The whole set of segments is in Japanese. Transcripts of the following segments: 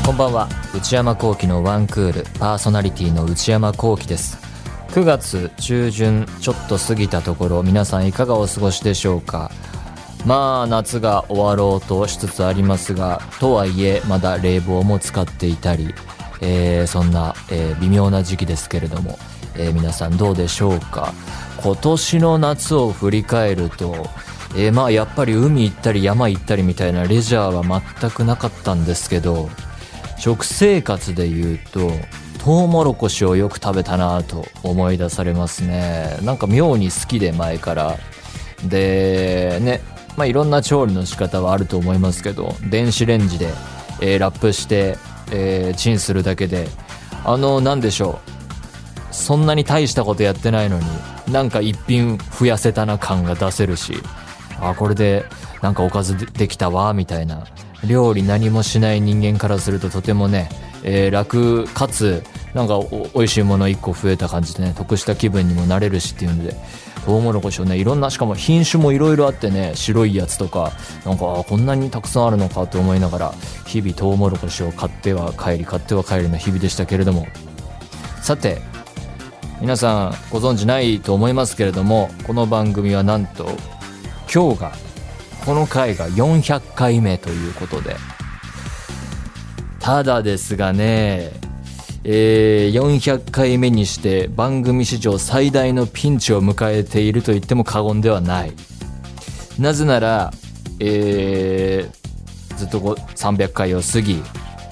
こんばんは。内山聖輝のワンクールパーソナリティの内山聖輝です。9月中旬ちょっと過ぎたところ、皆さんいかがお過ごしでしょうか。まあ夏が終わろうとしつつありますが、とはいえまだ冷房も使っていたり、そんな、微妙な時期ですけれども、皆さんどうでしょうか。今年の夏を振り返ると、まあやっぱり海行ったり山行ったりみたいなレジャーは全くなかったんですけど、食生活でいうとトウモロコシをよく食べたなと思い出されますね。なんか妙に好きで前からでね、まあいろんな調理の仕方はあると思いますけど、電子レンジで、ラップして、チンするだけでなんでしょう、そんなに大したことやってないのになんか一品増やせたな感が出せるし、これでなんかおかず できたわみたいな。料理何もしない人間からするととてもね、楽かつなんか美味しいもの1個増えた感じでね、得した気分にもなれるしっていうので、トウモロコシをね、いろんな、しかも品種もいろいろあってね、白いやつとかなんかこんなにたくさんあるのかと思いながら、日々トウモロコシを買っては帰り買っては帰りの日々でしたけれども、さて皆さんご存知ないと思いますけれども、この番組はなんと今日がこの回が400回目ということで、ただですがね、400回目にして番組史上最大のピンチを迎えていると言っても過言ではない。なぜなら、ずっと300回を過ぎ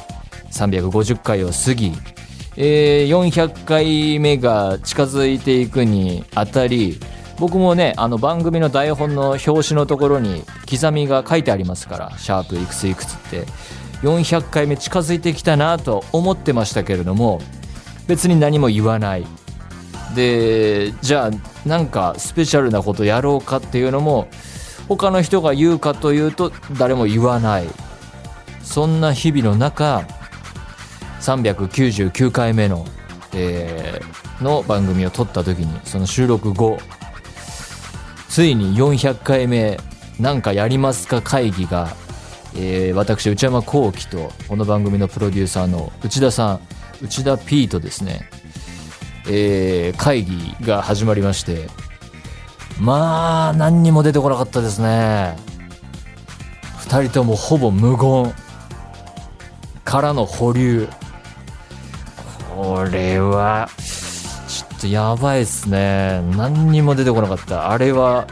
350回を過ぎ、400回目が近づいていくにあたり、僕もね、番組の台本の表紙のところに刻みが書いてありますから、シャープいくついくつって400回目近づいてきたなと思ってましたけれども、別に何も言わないで、じゃあなんかスペシャルなことやろうかっていうのも、他の人が言うかというと誰も言わない。そんな日々の中、399回目の、の番組を撮った時に、その収録後ついに400回目なんかやりますか会議が、私内山聖輝とこの番組のプロデューサーの内田さん、内田 P とですね、会議が始まりまして、まあ何にも出てこなかったですね。2人ともほぼ無言からの保留。これはちょっとやばいっすね。何にも出てこなかった。あれは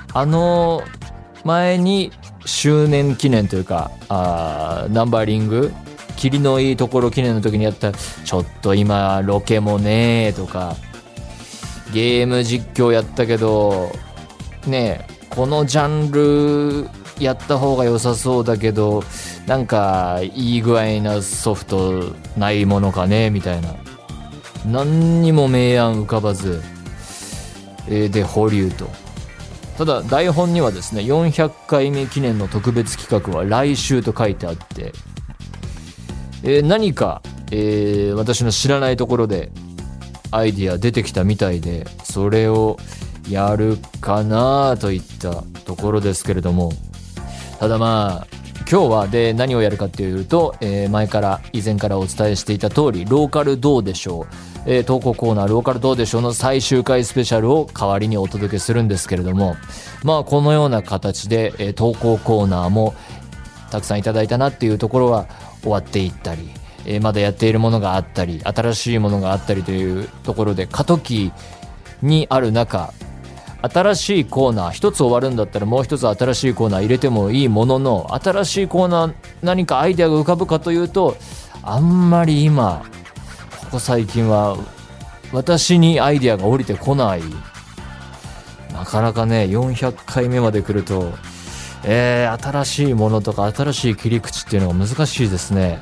前に周年記念というか、ナンバリング霧のいいところ記念の時にやった、ちょっと今ロケもねーとか、ゲーム実況やったけどね、このジャンルやった方が良さそうだけど、なんかいい具合なソフトないものかねみたいな、何にも明暗浮かばず、で保留と。ただ台本にはですね、400回目記念の特別企画は来週と書いてあって、何か、私の知らないところでアイディア出てきたみたいで、それをやるかなといったところですけれども、ただまあ今日はで何をやるかっていうと、以前からお伝えしていた通り、ローカルどうでしょう、投稿コーナーローカルどうでしょうの最終回スペシャルを代わりにお届けするんですけれども、まあこのような形で、投稿コーナーもたくさんいただいたなっていうところは終わっていったり、まだやっているものがあったり新しいものがあったりというところで過渡期にある中、新しいコーナー一つ終わるんだったらもう一つ新しいコーナー入れてもいいものの、新しいコーナー何かアイデアが浮かぶかというと、あんまり今ここ最近は私にアイデアが降りてこない。なかなかね、400回目まで来ると、新しいものとか新しい切り口っていうのが難しいですね。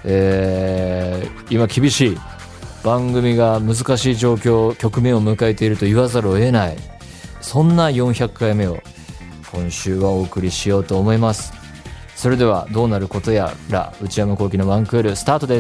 今厳しい番組が難しい状況局面を迎えていると言わざるを得ない、そんな400回目を今週はお送りしようと思います。それではどうなることやら、内山聖輝のワンクールスタートです。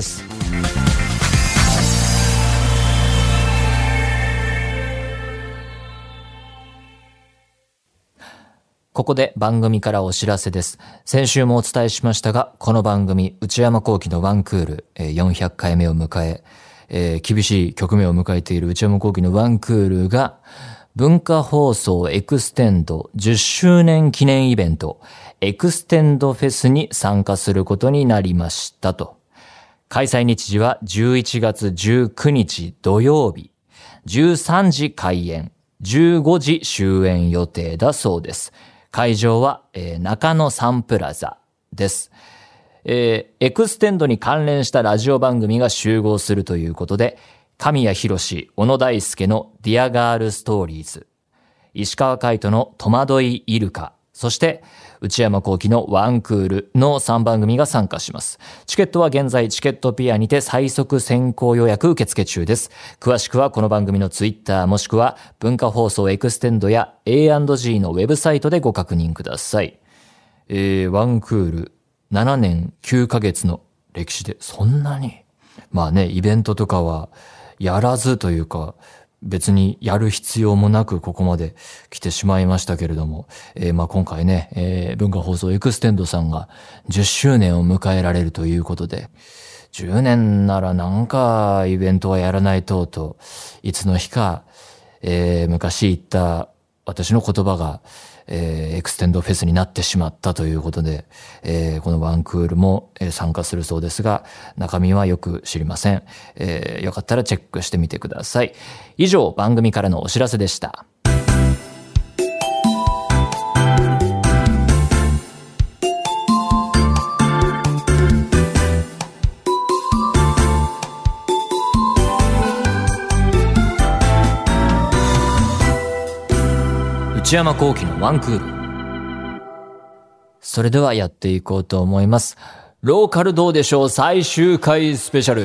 ここで番組からお知らせです。先週もお伝えしましたが、この番組、内山聖輝のワンクール、400回目を迎え、厳しい局面を迎えている内山聖輝のワンクールが、文化放送エクステンド10周年記念イベント、エクステンドフェスに参加することになりましたと。開催日時は11月19日土曜日、13時開演、15時終演予定だそうです。会場は、中野サンプラザです。エクステンドに関連したラジオ番組が集合するということで、神谷博史、小野大輔のディアガールストーリーズ、石川海人の戸惑いイルカ、そして内山聖輝のワンクールの3番組が参加します。チケットは現在チケットピアにて最速先行予約受付中です。詳しくはこの番組のツイッターもしくは文化放送エクステンドや A&G のウェブサイトでご確認ください。ワンクール7年9ヶ月の歴史でそんなにまあね、イベントとかはやらずというか別にやる必要もなくここまで来てしまいましたけれども、今回ね、文化放送エクステンドさんが10周年を迎えられるということで、10年ならなんかイベントはやらないといつの日か、昔言った私の言葉が、エクステンドフェスになってしまったということで、このワンクールも、参加するそうですが、中身はよく知りません。よかったらチェックしてみてください。以上、番組からのお知らせでした。内山聖輝のワンクール。それではやっていこうと思います。ローカルどうでしょう最終回スペシャル。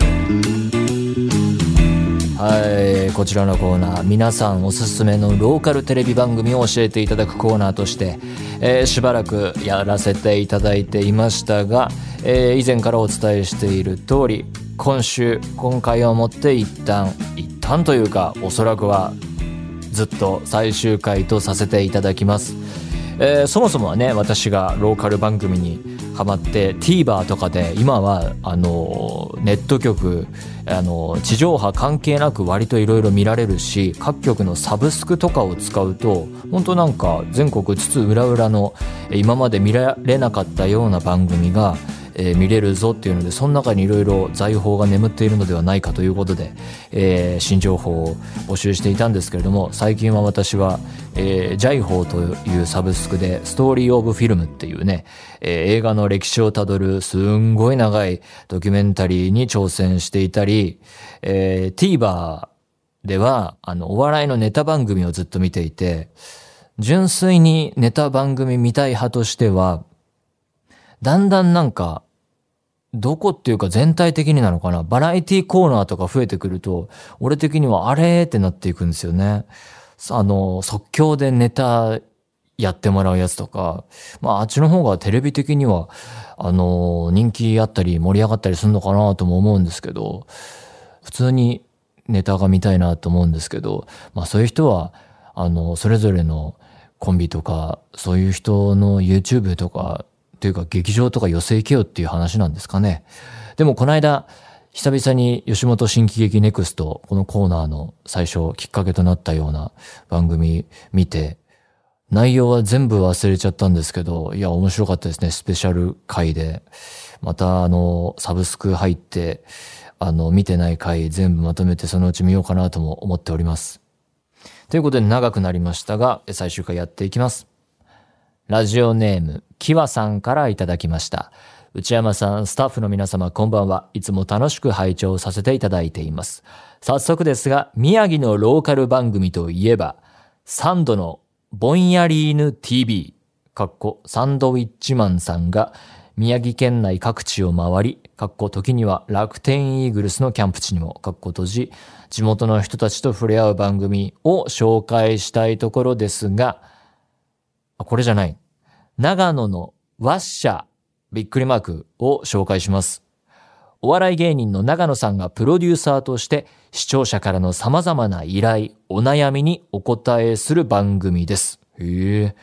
はい、こちらのコーナー、皆さんおすすめのローカルテレビ番組を教えていただくコーナーとして、しばらくやらせていただいていましたが、以前からお伝えしている通り、今回をもって一旦というか、おそらくはずっと最終回とさせていただきます。そもそもはね、私がローカル番組にハマって TVer とかで今はネット局地上波関係なく割といろいろ見られるし、各局のサブスクとかを使うと本当なんか全国津々浦々の今まで見られなかったような番組が見れるぞっていうので、その中にいろいろ財宝が眠っているのではないかということで、新情報を募集していたんですけれども、最近は私は、ジャイホーというサブスクでストーリーオブフィルムっていうね、映画の歴史をたどるすんごい長いドキュメンタリーに挑戦していたり、TVer ではお笑いのネタ番組をずっと見ていて、純粋にネタ番組見たい派としてはだんだんなんかどこっていうか全体的になのかな、バラエティコーナーとか増えてくると俺的にはあれってなっていくんですよね。即興でネタやってもらうやつとか、あっちの方がテレビ的には人気あったり盛り上がったりするのかなとも思うんですけど、普通にネタが見たいなと思うんですけど、そういう人はそれぞれのコンビとかそういう人の YouTube とかというか劇場とか寄せ行けよっていう話なんですかね。でもこの間久々に吉本新喜劇ネクスト、このコーナーの最初きっかけとなったような番組見て、内容は全部忘れちゃったんですけど、いや面白かったですね。スペシャル回でまたサブスク入って見てない回全部まとめてそのうち見ようかなとも思っております。ということで長くなりましたが最終回やっていきます。ラジオネームキワさんからいただきました。内山さん、スタッフの皆様こんばんは。いつも楽しく拝聴させていただいています。早速ですが、宮城のローカル番組といえばサンドのぼんやり犬 TV サンドウィッチマンさんが宮城県内各地を回り時には楽天イーグルスのキャンプ地にも地元の人たちと触れ合う番組を紹介したいところですが、これじゃない。長野のワッシャーびっくりマークを紹介します。お笑い芸人の長野さんがプロデューサーとして視聴者からの様々な依頼、お悩みにお答えする番組です。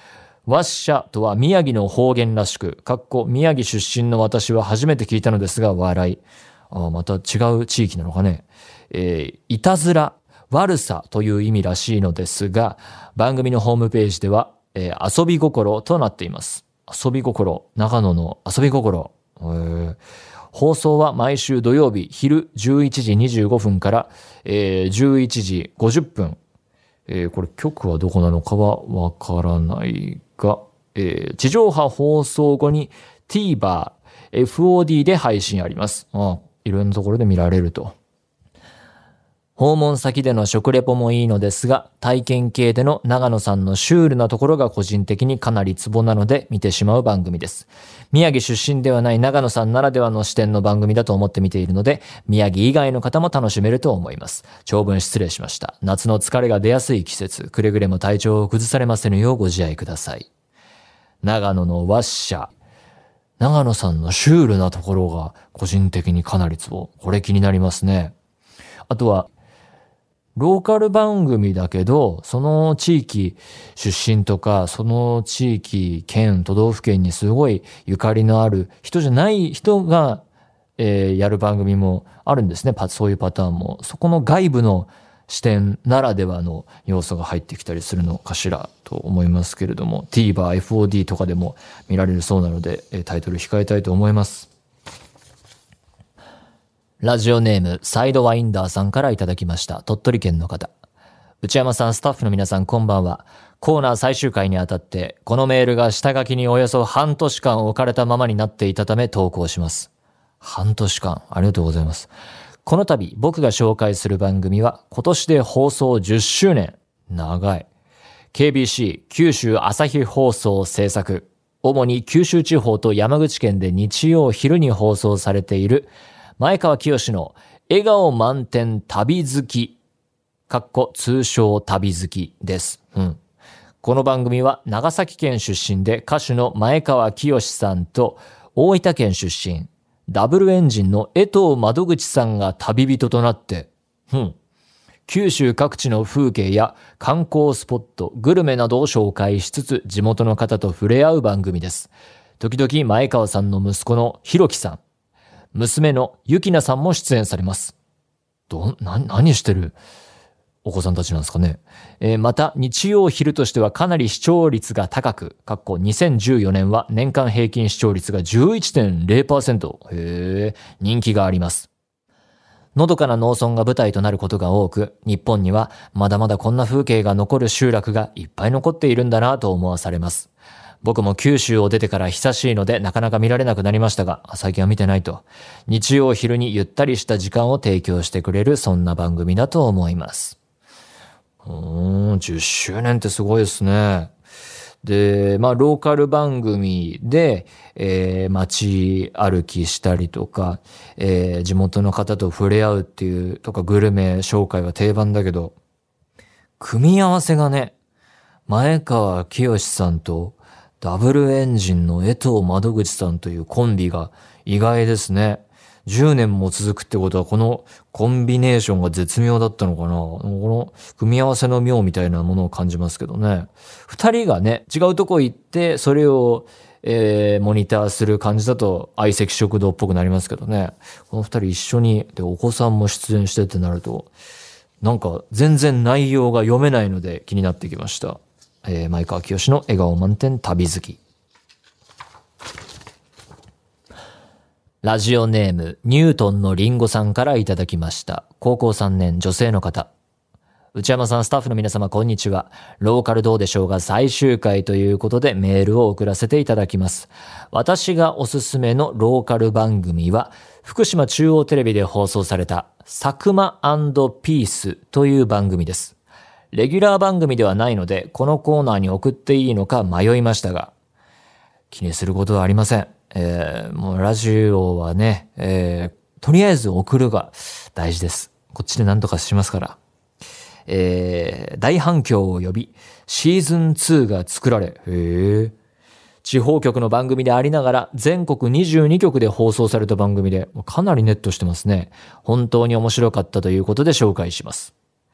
ワッシャとは宮城の方言らしく、宮城出身の私は初めて聞いたのですが、笑い。また違う地域なのかね。いたずら、悪さという意味らしいのですが、番組のホームページでは、遊び心となっています。遊び心、長野の遊び心。放送は毎週土曜日昼11時25分から、11時50分。これ局はどこなのかはわからないが、地上波放送後に TVer、FOD で配信あります。いろんなところで見られると。訪問先での食レポもいいのですが、体験系での長野さんのシュールなところが個人的にかなりツボなので見てしまう番組です。宮城出身ではない長野さんならではの視点の番組だと思って見ているので、宮城以外の方も楽しめると思います。長文失礼しました。夏の疲れが出やすい季節、くれぐれも体調を崩されませぬようご自愛ください。長野のワッシャ。長野さんのシュールなところが個人的にかなりツボ。これ気になりますね。あとは、ローカル番組だけど、その地域出身とか、その地域、県、都道府県にすごいゆかりのある人じゃない人が、やる番組もあるんですね。そういうパターンも。そこの外部の視点ならではの要素が入ってきたりするのかしらと思いますけれども、TVer、FOD とかでも見られるそうなので、タイトル控えたいと思います。ラジオネームサイドワインダーさんからいただきました。鳥取県の方。内山さん、スタッフの皆さん、こんばんは。コーナー最終回にあたって、このメールが下書きにおよそ半年間置かれたままになっていたため投稿します。半年間、ありがとうございます。この度、僕が紹介する番組は、今年で放送10周年。長い。KBC 九州朝日放送制作。主に九州地方と山口県で日曜昼に放送されている、前川清の笑顔満点旅好き、通称旅好きです。この番組は長崎県出身で歌手の前川清さんと大分県出身、ダブルエンジンの江藤窓口さんが旅人となって、九州各地の風景や観光スポット、グルメなどを紹介しつつ地元の方と触れ合う番組です。時々前川さんの息子のひろきさん、娘のゆきなさんも出演されます。何してるお子さんたちなんですかね。また、日曜昼としてはかなり視聴率が高く、2014年は年間平均視聴率が 11.0%。人気があります。のどかな農村が舞台となることが多く、日本にはまだまだこんな風景が残る集落がいっぱい残っているんだなと思わされます。僕も九州を出てから久しいのでなかなか見られなくなりましたが、最近は見てないと。日曜昼にゆったりした時間を提供してくれるそんな番組だと思います。10周年ってすごいですね。で、ローカル番組で、街歩きしたりとか、地元の方と触れ合うっていうとかグルメ紹介は定番だけど、組み合わせがね、前川清さんとダブルエンジンの江藤窓口さんというコンビが意外ですね。10年も続くってことはこのコンビネーションが絶妙だったのかな。この組み合わせの妙みたいなものを感じますけどね。二人がね、違うとこ行ってそれを、モニターする感じだと相席食堂っぽくなりますけどね。この二人一緒に、でお子さんも出演してってなると、なんか全然内容が読めないので気になってきました。前川清の笑顔満点旅好き。ラジオネームニュートンのリンゴさんからいただきました。高校3年女性の方。内山さん、スタッフの皆様、こんにちは。ローカルどうでしょうが最終回ということでメールを送らせていただきます。私がおすすめのローカル番組は福島中央テレビで放送されたサクマ&ピースという番組です。レギュラー番組ではないので、このコーナーに送っていいのか迷いましたが、気にすることはありません。もうラジオはね、とりあえず送るが大事です。こっちで何とかしますから。大反響を呼び、シーズン2が作られ、地方局の番組でありながら、全国22局で放送された番組で、かなりネットしてますね。本当に面白かったということで紹介します。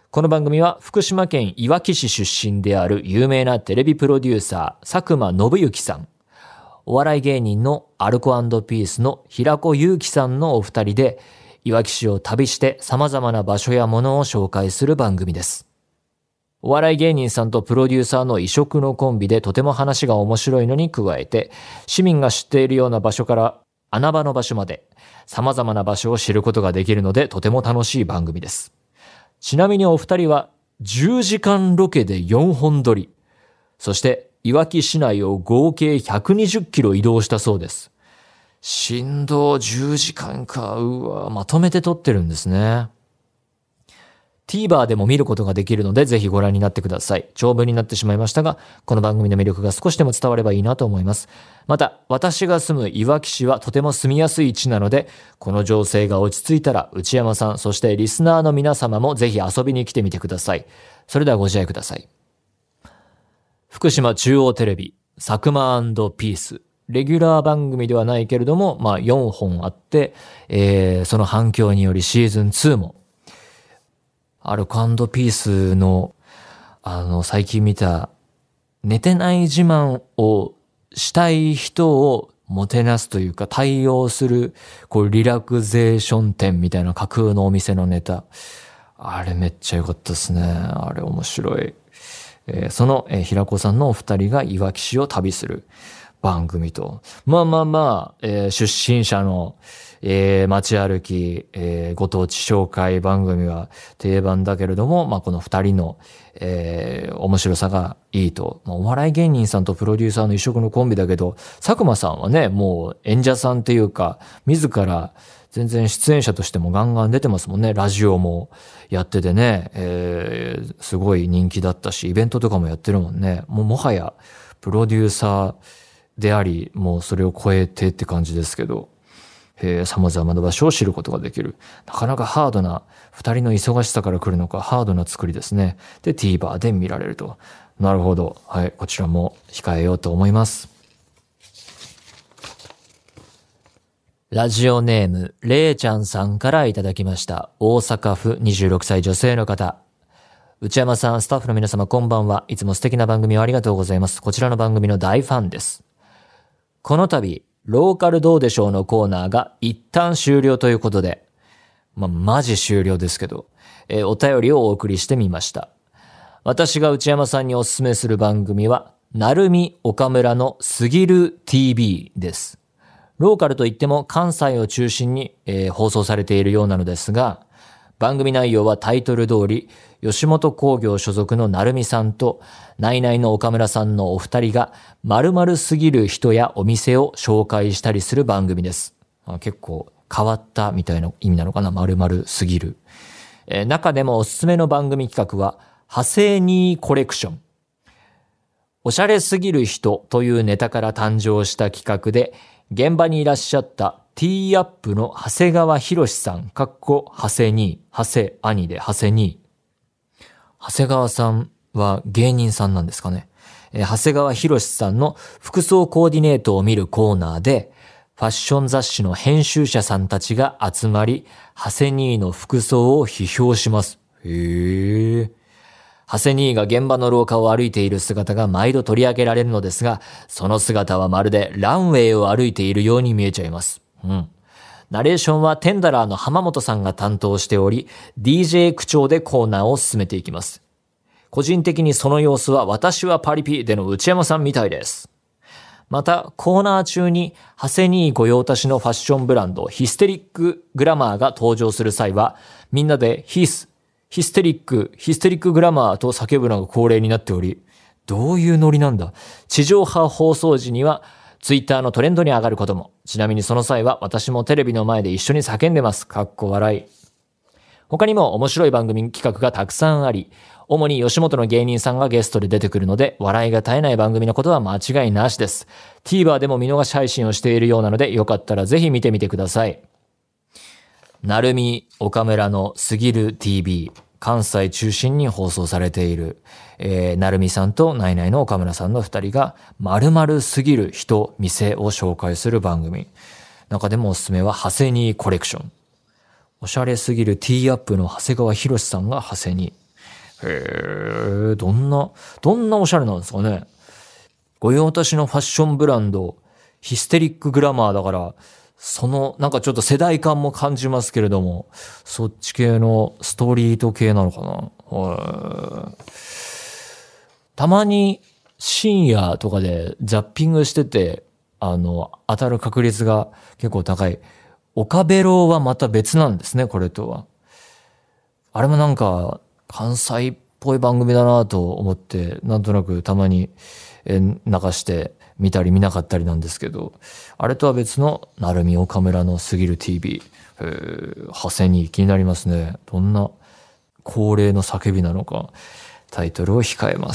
この番組は福島県いわき市出身である有名なテレビプロデューサー佐久間信之さん、お笑い芸人のアルコ&ピースの平子祐希さんのお二人でいわき市を旅して様々な場所やものを紹介する番組です。お笑い芸人さんとプロデューサーの異色のコンビでとても話が面白いのに加えて、市民が知っているような場所から穴場の場所まで様々な場所を知ることができるのでとても楽しい番組です。ちなみにお二人は10時間ロケで4本撮り、そしていわき市内を合計120キロ移動したそうです。振動10時間か、まとめて撮ってるんですね。TVer でも見ることができるのでぜひご覧になってください。長文になってしまいましたが、この番組の魅力が少しでも伝わればいいなと思います。また、私が住むいわき市はとても住みやすい位置なので、この情勢が落ち着いたら内山さん、そしてリスナーの皆様もぜひ遊びに来てみてください。それではご自愛ください。福島中央テレビ、佐久間&ピース。レギュラー番組ではないけれども、4本あって、その反響によりシーズン2も、アルコ&ピースの、最近見た、寝てない自慢をしたい人をもてなすというか対応する、リラクゼーション店みたいな架空のお店のネタ。あれめっちゃ良かったですね。あれ面白い。その、平子さんのお二人がいわき市を旅する番組と、出身者の、街歩き、ご当地紹介番組は定番だけれども、この二人の、面白さがいいと。お笑い芸人さんとプロデューサーの異色のコンビだけど、佐久間さんはね、もう演者さんっていうか、自ら全然出演者としてもガンガン出てますもんね。ラジオもやっててね、すごい人気だったし、イベントとかもやってるもんね。もはやプロデューサーであり、もうそれを超えてって感じですけど、様々な場所を知ることができる。なかなかハードな、二人の忙しさから来るのか、ハードな作りですね。で、TVer で見られると。なるほど。はい、こちらも控えようと思います。ラジオネーム、れいちゃんさんからいただきました。大阪府26歳女性の方。内山さん、スタッフの皆様こんばんは。いつも素敵な番組をありがとうございます。こちらの番組の大ファンです。この度、ローカルどうでしょうのコーナーが一旦終了ということで、マジ終了ですけど、お便りをお送りしてみました。私が内山さんにおすすめする番組は、鳴海岡村のすぎる TV です。ローカルといっても関西を中心に、放送されているようなのですが、番組内容はタイトル通り、吉本興業所属の鳴海さんと、ナイナイの岡村さんのお二人が、〇〇すぎる人やお店を紹介したりする番組です。結構変わったみたいな意味なのかな、〇〇すぎる。中でもおすすめの番組企画は、派生ニーコレクション。おしゃれすぎる人というネタから誕生した企画で、現場にいらっしゃったティーアップの長谷川博さん、長谷兄、長谷兄で長谷兄。長谷川さんは芸人さんなんですかね。長谷川博さんの服装コーディネートを見るコーナーで、ファッション雑誌の編集者さんたちが集まり、長谷兄の服装を批評します。長谷兄が現場の廊下を歩いている姿が毎度取り上げられるのですが、その姿はまるでランウェイを歩いているように見えちゃいます。ナレーションはテンダラーの浜本さんが担当しており、DJ 口調でコーナーを進めていきます。個人的にその様子は私はパリピでの内山さんみたいです。また、コーナー中に、長谷兄御用達のファッションブランド、ヒステリックグラマーが登場する際は、みんなでヒステリックグラマーと叫ぶのが恒例になっており、どういうノリなんだ。地上波放送時には、ツイッターのトレンドに上がることも。ちなみにその際は私もテレビの前で一緒に叫んでます。かっこ笑い。他にも面白い番組企画がたくさんあり、主に吉本の芸人さんがゲストで出てくるので、笑いが絶えない番組のことは間違いなしです。TVer でも見逃し配信をしているようなので、よかったらぜひ見てみてください。鳴海岡村のすぎる TV。関西中心に放送されている、鳴海さんとナイナイの岡村さんの二人が〇〇すぎる人、店を紹介する番組。中でもおすすめは長谷兄コレクション。おしゃれすぎるティーアップの長谷川博さんが長谷兄。 へえ、どんなおしゃれなんですかね。御用達のファッションブランド、ヒステリックグラマーだから、なんかちょっと世代感も感じますけれども、そっち系のストリート系なのかな。たまに深夜とかでザッピングしてて、当たる確率が結構高い。オカベロはまた別なんですね、これとは。あれもなんか、関西っぽい番組だなと思って、なんとなくたまに流して見たり見なかったりなんですけど、あれとは別の成海岡村のすぎる TV、派生に気になりますね。どんな恒例の叫びなのか、タイトルを控えます。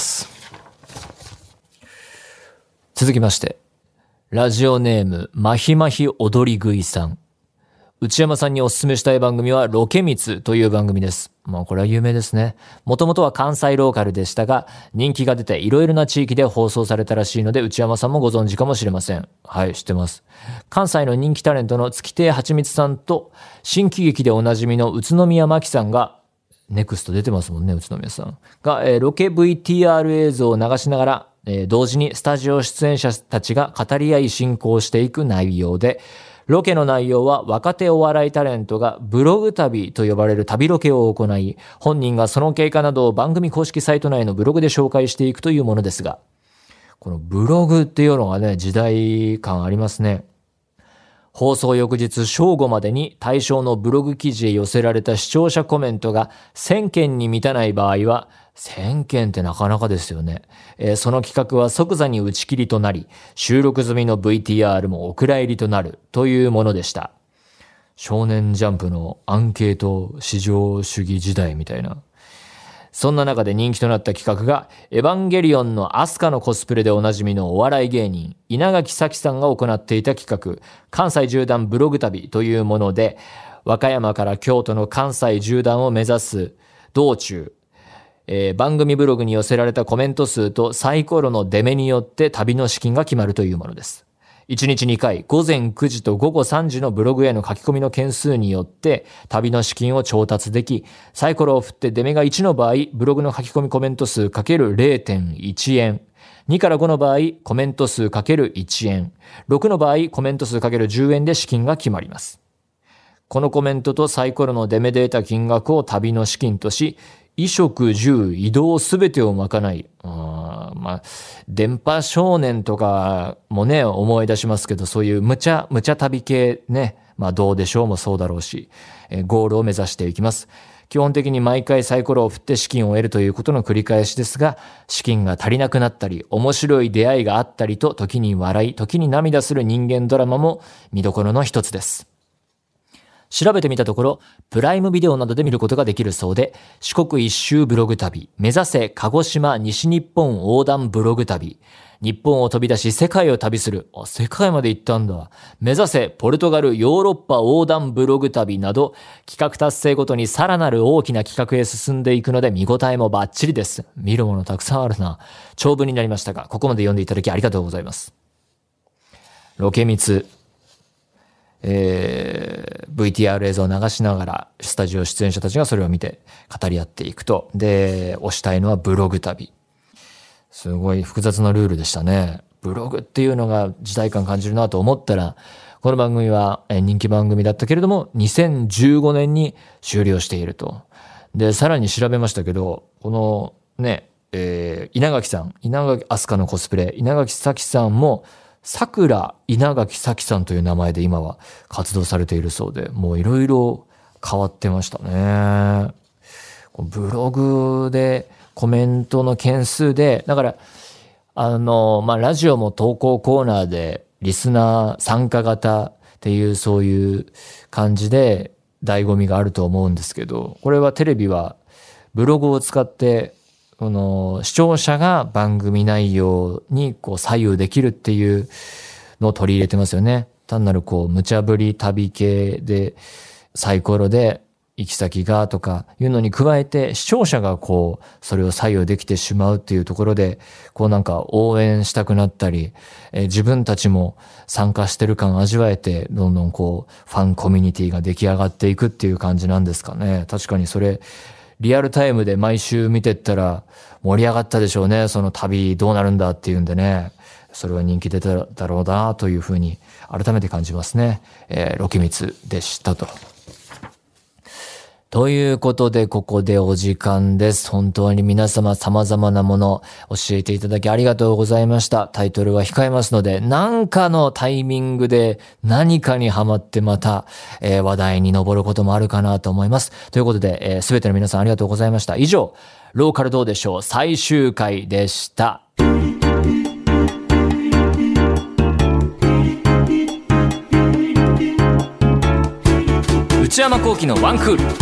続きまして、ラジオネームまひまひ踊り食いさん。内山さんにお勧めしたい番組はロケミツという番組です。まあこれは有名ですね。もともとは関西ローカルでしたが、人気が出ていろいろな地域で放送されたらしいので、内山さんもご存知かもしれません。はい、知ってます。関西の人気タレントの月亭はちみつさんと、新喜劇でおなじみの宇都宮まきさんが、ネクスト出てますもんね、宇都宮さん。が、ロケ VTR 映像を流しながら、同時にスタジオ出演者たちが語り合い進行していく内容で、ロケの内容は若手お笑いタレントがブログ旅と呼ばれる旅ロケを行い、本人がその経過などを番組公式サイト内のブログで紹介していくというものですが、このブログっていうのがね、時代感ありますね。放送翌日正午までに対象のブログ記事へ寄せられた視聴者コメントが1000件に満たない場合は、1000件ってなかなかですよね。その企画は即座に打ち切りとなり、収録済みの VTR もお蔵入りとなるというものでした。少年ジャンプのアンケート至上主義時代みたいな。そんな中で人気となった企画が、エヴァンゲリオンのアスカのコスプレでおなじみのお笑い芸人、稲垣咲さんが行っていた企画、関西縦断ブログ旅というもので、和歌山から京都の関西縦断を目指す道中、番組ブログに寄せられたコメント数とサイコロの出目によって旅の資金が決まるというものです。1日2回、午前9時と午後3時のブログへの書き込みの件数によって旅の資金を調達でき、サイコロを振って出目が1の場合、ブログの書き込みコメント数 ×0.1 円。2から5の場合、コメント数 ×1 円。6の場合、コメント数 ×10 円で資金が決まります。このコメントとサイコロの出目で得た金額を旅の資金とし、衣食住移動すべてを賄い、電波少年とかもね、思い出しますけど、そういう無茶旅系ね、どうでしょうもそうだろうし、ゴールを目指していきます。基本的に毎回サイコロを振って資金を得るということの繰り返しですが、資金が足りなくなったり、面白い出会いがあったりと、時に笑い、時に涙する人間ドラマも見どころの一つです。調べてみたところ、プライムビデオなどで見ることができるそうで、四国一周ブログ旅、目指せ鹿児島西日本横断ブログ旅、日本を飛び出し世界を旅する、世界まで行ったんだ。目指せポルトガルヨーロッパ横断ブログ旅など、企画達成ごとにさらなる大きな企画へ進んでいくので見応えもバッチリです。見るものたくさんあるな。長文になりましたが、ここまで読んでいただきありがとうございます。ロケミツ。VTR 映像を流しながらスタジオ出演者たちがそれを見て語り合っていくと。で、推したいのはブログ旅。すごい複雑なルールでしたね。ブログっていうのが時代感感じるなと思ったら、この番組は人気番組だったけれども、2015年に終了していると。で、さらに調べましたけど、このね、稲垣さん、稲垣飛鳥のコスプレ、稲垣咲さんも、桜稲垣咲さんという名前で今は活動されているそうで、もういろいろ変わってましたね。ブログでコメントの件数で、だからラジオも投稿コーナーでリスナー参加型っていうそういう感じで醍醐味があると思うんですけど、これはテレビはブログを使ってこの視聴者が番組内容に左右できるっていうのを取り入れてますよね。単なる無茶ぶり旅系でサイコロで行き先がとかいうのに加えて視聴者がそれを左右できてしまうっていうところで応援したくなったり、自分たちも参加してる感味わえてどんどんファンコミュニティが出来上がっていくっていう感じなんですかね。確かにそれリアルタイムで毎週見てったら盛り上がったでしょうね。その旅どうなるんだっていうんでね。それは人気出ただろうなというふうに改めて感じますね。ロケミツでしたと。ということで、ここでお時間です。本当に皆様様々なもの教えていただきありがとうございました。タイトルは控えますので、何かのタイミングで何かにハマってまた、話題に上ることもあるかなと思います。ということで、すべての皆さんありがとうございました。以上、ローカルどうでしょう最終回でした。内山聖輝のワンクール。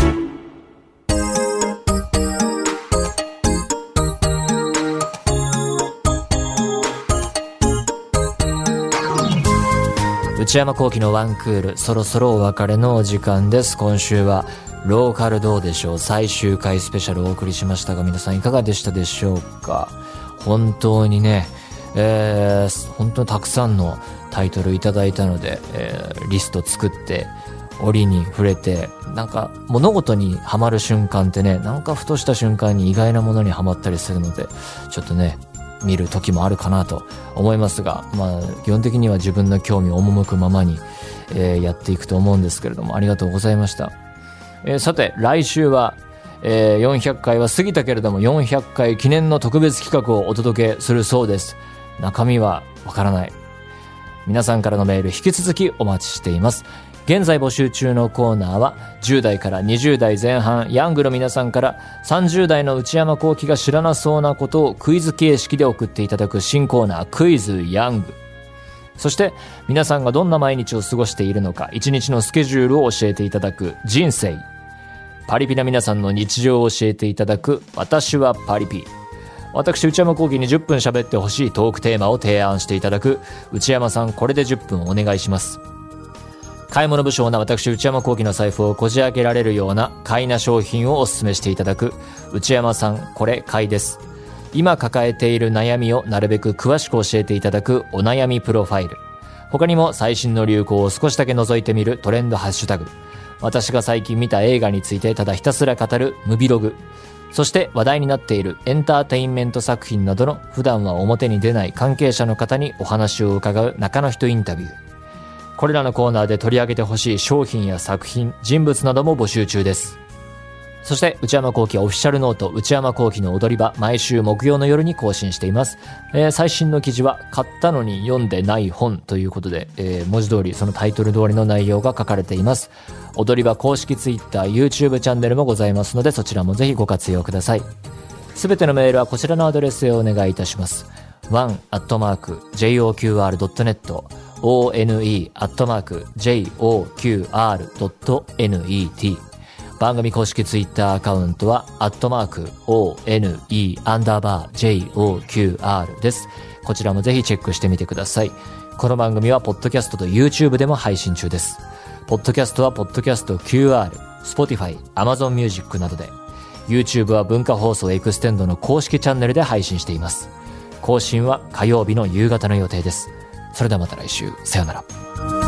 内山聖輝のワンクール、そろそろお別れのお時間です。今週はローカルどうでしょう最終回スペシャルをお送りしましたが、皆さんいかがでしたでしょうか。本当にね、本当にたくさんのタイトルいただいたので、リスト作って折に触れて、なんか物事にハマる瞬間ってね、なんかふとした瞬間に意外なものにハマったりするので、ちょっとね見る時もあるかなと思いますが、基本的には自分の興味を赴くままに、やっていくと思うんですけれども、ありがとうございました。さて来週は、400回は過ぎたけれども400回記念の特別企画をお届けするそうです。中身はわからない。皆さんからのメール引き続きお待ちしています。現在募集中のコーナーは10代から20代前半ヤングの皆さんから30代の内山聖輝が知らなそうなことをクイズ形式で送っていただく新コーナークイズヤング。そして皆さんがどんな毎日を過ごしているのか1日のスケジュールを教えていただく人生。パリピな皆さんの日常を教えていただく私はパリピ。私内山聖輝に10分喋ってほしいトークテーマを提案していただく内山さんこれで10分お願いします。買い物不詳な私内山聖輝の財布をこじ開けられるような買いな商品をお勧めしていただく内山さんこれ買いです。今抱えている悩みをなるべく詳しく教えていただくお悩みプロファイル。他にも最新の流行を少しだけ覗いてみるトレンドハッシュタグ。私が最近見た映画についてただひたすら語るムビログ。そして話題になっているエンターテインメント作品などの普段は表に出ない関係者の方にお話を伺う中の人インタビュー。これらのコーナーで取り上げてほしい商品や作品、人物なども募集中です。そして内山聖輝オフィシャルノート内山聖輝の踊り場毎週木曜の夜に更新しています。最新の記事は買ったのに読んでない本ということで、文字通りそのタイトル通りの内容が書かれています。踊り場公式ツイッター YouTube チャンネルもございますのでそちらもぜひご活用ください。すべてのメールはこちらのアドレスへお願いいたします。one@joqr.net one@joqr.net 番組公式ツイッターアカウントは@one_joqr です。こちらもぜひチェックしてみてください。この番組はポッドキャストと YouTube でも配信中です。ポッドキャストはポッドキャスト QR、Spotify、Amazon Music などで、YouTube は文化放送エクステンドの公式チャンネルで配信しています。更新は火曜日の夕方の予定です。それではまた来週、さよなら。